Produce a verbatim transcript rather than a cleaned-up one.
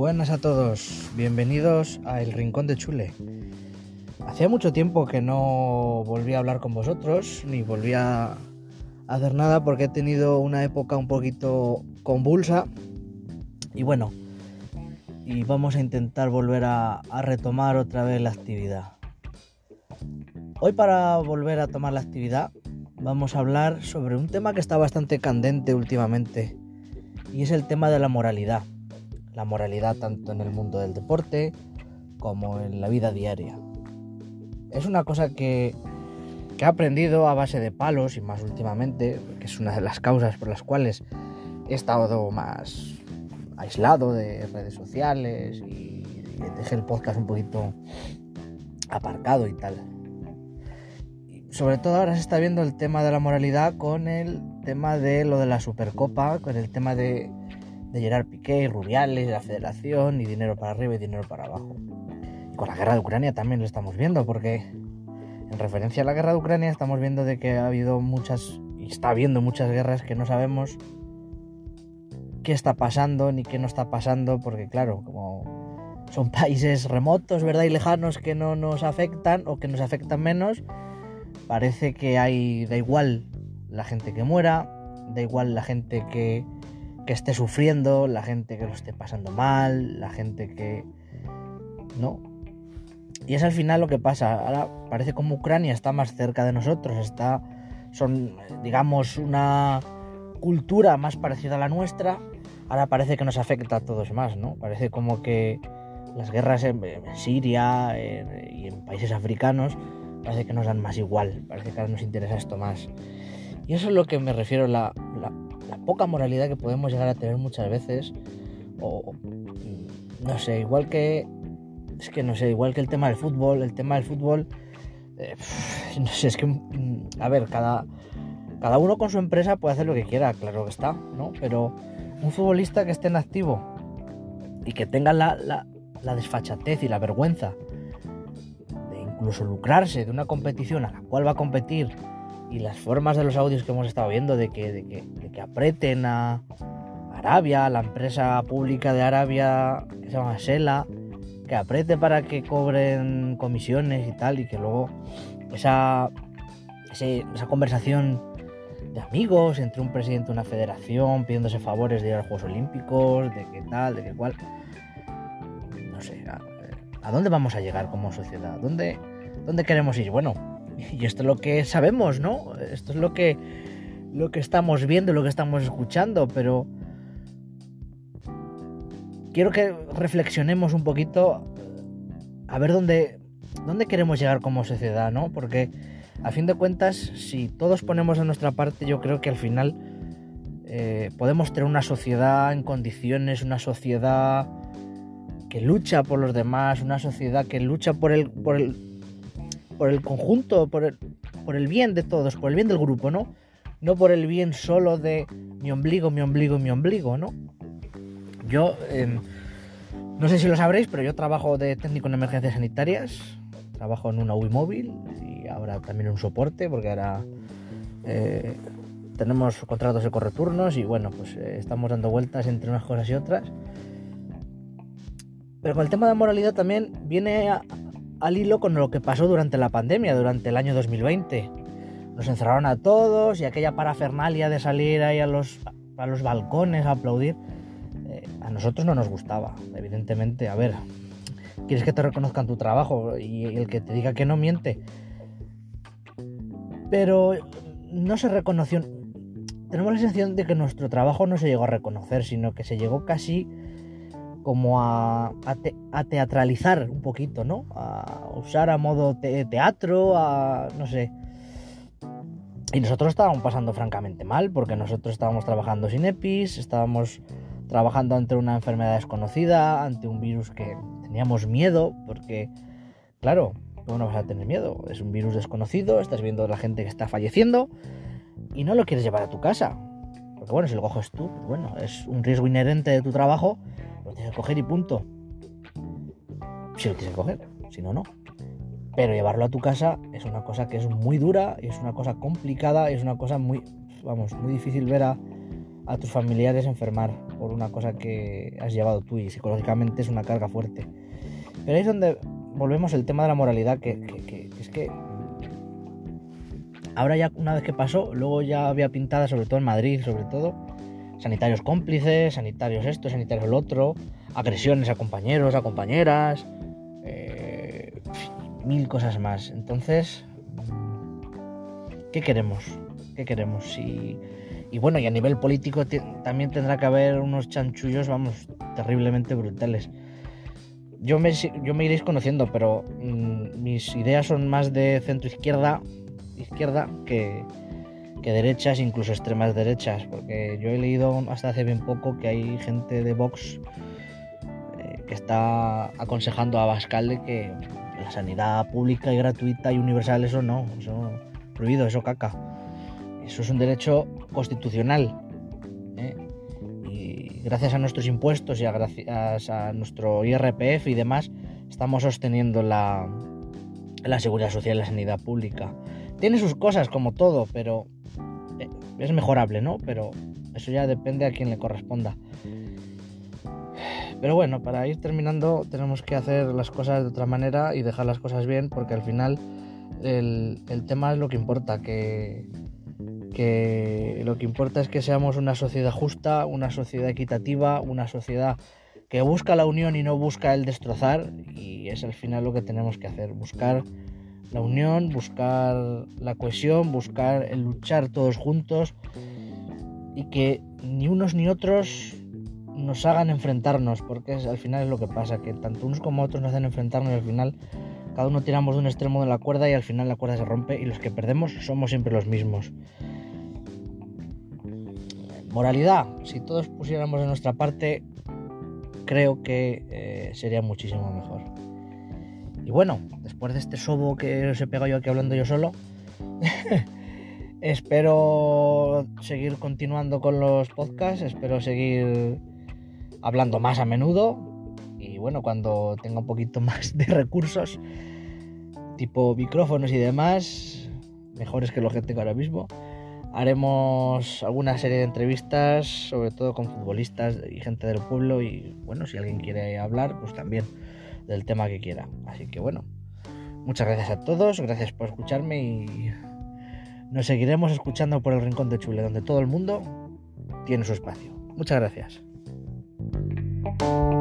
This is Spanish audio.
Buenas a todos, bienvenidos a El Rincón de Chule. Hacía mucho tiempo que no volví a hablar con vosotros, ni volví a hacer nada porque he tenido una época un poquito convulsa. Y bueno, y vamos a intentar volver a, a retomar otra vez la actividad. Hoy, para volver a tomar la actividad, vamos a hablar sobre un tema que está bastante candente últimamente, y es el tema de la moralidad. La moralidad tanto en el mundo del deporte como en la vida diaria. Es una cosa que, que he aprendido a base de palos, y más últimamente, que es una de las causas por las cuales he estado más aislado de redes sociales y, y dejé el podcast un poquito aparcado y tal. Y sobre todo ahora se está viendo el tema de la moralidad con el tema de lo de la Supercopa, con el tema de de Gerard Piqué, Rubiales, la Federación, y dinero para arriba y dinero para abajo. Y con la guerra de Ucrania también lo estamos viendo, porque en referencia a la guerra de Ucrania estamos viendo de que ha habido muchas, y está habiendo muchas guerras que no sabemos qué está pasando ni qué no está pasando, porque claro, como son países remotos, ¿verdad?, y lejanos, que no nos afectan o que nos afectan menos, parece que hay, da igual la gente que muera, da igual la gente que que esté sufriendo, la gente que lo esté pasando mal, la gente que... ¿no? Y es al final lo que pasa. Ahora parece como Ucrania está más cerca de nosotros, está... son, digamos, una cultura más parecida a la nuestra. Ahora parece que nos afecta a todos más, ¿no? Parece como que las guerras en, en Siria en, y en países africanos parece que nos dan más igual, parece que ahora nos interesa esto más. Y eso es lo que me refiero, la, la, la poca moralidad que podemos llegar a tener muchas veces, o no sé, igual que, es que no sé, igual que el tema del fútbol, el tema del fútbol, eh, no sé, es que, a ver, cada, cada uno con su empresa puede hacer lo que quiera, claro que está, ¿no? Pero un futbolista que esté en activo y que tenga la, la, la desfachatez y la vergüenza de incluso lucrarse de una competición a la cual va a competir, y las formas de los audios que hemos estado viendo de que, de que, de que apreten a Arabia, la empresa pública de Arabia que se llama Sela, que apriete para que cobren comisiones y tal, y que luego esa, ese, esa conversación de amigos entre un presidente de una federación pidiéndose favores de ir a los Juegos Olímpicos, de qué tal, de qué cual, no sé, a, ¿a dónde vamos a llegar como sociedad? ¿Dónde, dónde queremos ir? Bueno, y esto es lo que sabemos, ¿no? Esto es lo que, lo que estamos viendo, lo que estamos escuchando, pero quiero que reflexionemos un poquito a ver dónde, dónde queremos llegar como sociedad, ¿no? Porque a fin de cuentas, si todos ponemos de nuestra parte, yo creo que al final eh, podemos tener una sociedad en condiciones, una sociedad que lucha por los demás, una sociedad que lucha por el, por el por el conjunto, por el, por el bien de todos, por el bien del grupo, ¿no? No por el bien solo de mi ombligo, mi ombligo, mi ombligo, ¿no? Yo, eh, no sé si lo sabréis, pero yo trabajo de técnico en emergencias sanitarias, trabajo en una U I móvil y ahora también en un soporte, porque ahora eh, tenemos contratos de correturnos y bueno, pues eh, estamos dando vueltas entre unas cosas y otras. Pero con el tema de moralidad también viene a, al hilo con lo que pasó durante la pandemia, durante el año dos mil veinte. Nos encerraron a todos y aquella parafernalia de salir ahí a los, a los balcones a aplaudir, eh, a nosotros no nos gustaba, evidentemente. A ver, quieres que te reconozcan tu trabajo y el que te diga que no miente. Pero no se reconoció, tenemos la sensación de que nuestro trabajo no se llegó a reconocer, sino que se llegó casi como a, a, te, a teatralizar un poquito, ¿no? A usar a modo te, teatro, a no sé. Y nosotros estábamos pasando francamente mal, porque nosotros estábamos trabajando sin EPIs, estábamos trabajando ante una enfermedad desconocida, ante un virus que teníamos miedo, porque, claro, ¿cómo no vas a tener miedo? Es un virus desconocido, estás viendo a la gente que está falleciendo y no lo quieres llevar a tu casa. Porque bueno, si lo coges tú, pues bueno, es un riesgo inherente de tu trabajo, lo tienes que coger y punto. Si lo tienes que coger, si no, no. Pero llevarlo a tu casa es una cosa que es muy dura, es una cosa complicada, es una cosa muy, vamos, muy difícil ver a, a tus familiares enfermar por una cosa que has llevado tú, y psicológicamente es una carga fuerte. Pero ahí es donde volvemos al tema de la moralidad, que, que, que, que es que ahora ya una vez que pasó, luego ya había pintada, sobre todo en Madrid, sobre todo, sanitarios cómplices, sanitarios esto, sanitarios el otro, agresiones a compañeros, a compañeras, eh, mil cosas más. Entonces, ¿qué queremos? ¿Qué queremos? Y, y bueno, y a nivel político t- también tendrá que haber unos chanchullos, vamos, terriblemente brutales. Yo me, yo me iréis conociendo, pero mmm, mis ideas son más de centro-izquierda, izquierda, que, que derechas, incluso extremas derechas, porque yo he leído hasta hace bien poco que hay gente de Vox eh, que está aconsejando a Abascal de que la sanidad pública y gratuita y universal, eso no, eso prohibido, eso caca. Eso es un derecho constitucional, ¿eh? Y gracias a nuestros impuestos y a, gracias a nuestro I R P F y demás, estamos sosteniendo la, la seguridad social y la sanidad pública. Tiene sus cosas como todo, pero es mejorable, ¿no? Pero eso ya depende a quien le corresponda. Pero bueno, para ir terminando tenemos que hacer las cosas de otra manera y dejar las cosas bien, porque al final el, el tema es lo que importa, que, que lo que importa es que seamos una sociedad justa, una sociedad equitativa, una sociedad que busca la unión y no busca el destrozar, y es al final lo que tenemos que hacer, buscar la unión, buscar la cohesión, buscar el luchar todos juntos y que ni unos ni otros nos hagan enfrentarnos, porque es, al final es lo que pasa, que tanto unos como otros nos hacen enfrentarnos y al final cada uno tiramos de un extremo de la cuerda y al final la cuerda se rompe y los que perdemos somos siempre los mismos. Moralidad, si todos pusiéramos de nuestra parte, creo que eh, sería muchísimo mejor. Y bueno, después de este sobo que os he pegado yo aquí hablando yo solo, espero seguir continuando con los podcasts, espero seguir hablando más a menudo y bueno, cuando tenga un poquito más de recursos, tipo micrófonos y demás, mejores que los que tengo ahora mismo, haremos alguna serie de entrevistas, sobre todo con futbolistas y gente del pueblo y bueno, si alguien quiere hablar, pues también del tema que quiera. Así que bueno, muchas gracias a todos, gracias por escucharme y nos seguiremos escuchando por el Rincón de Chule, donde todo el mundo tiene su espacio. Muchas gracias.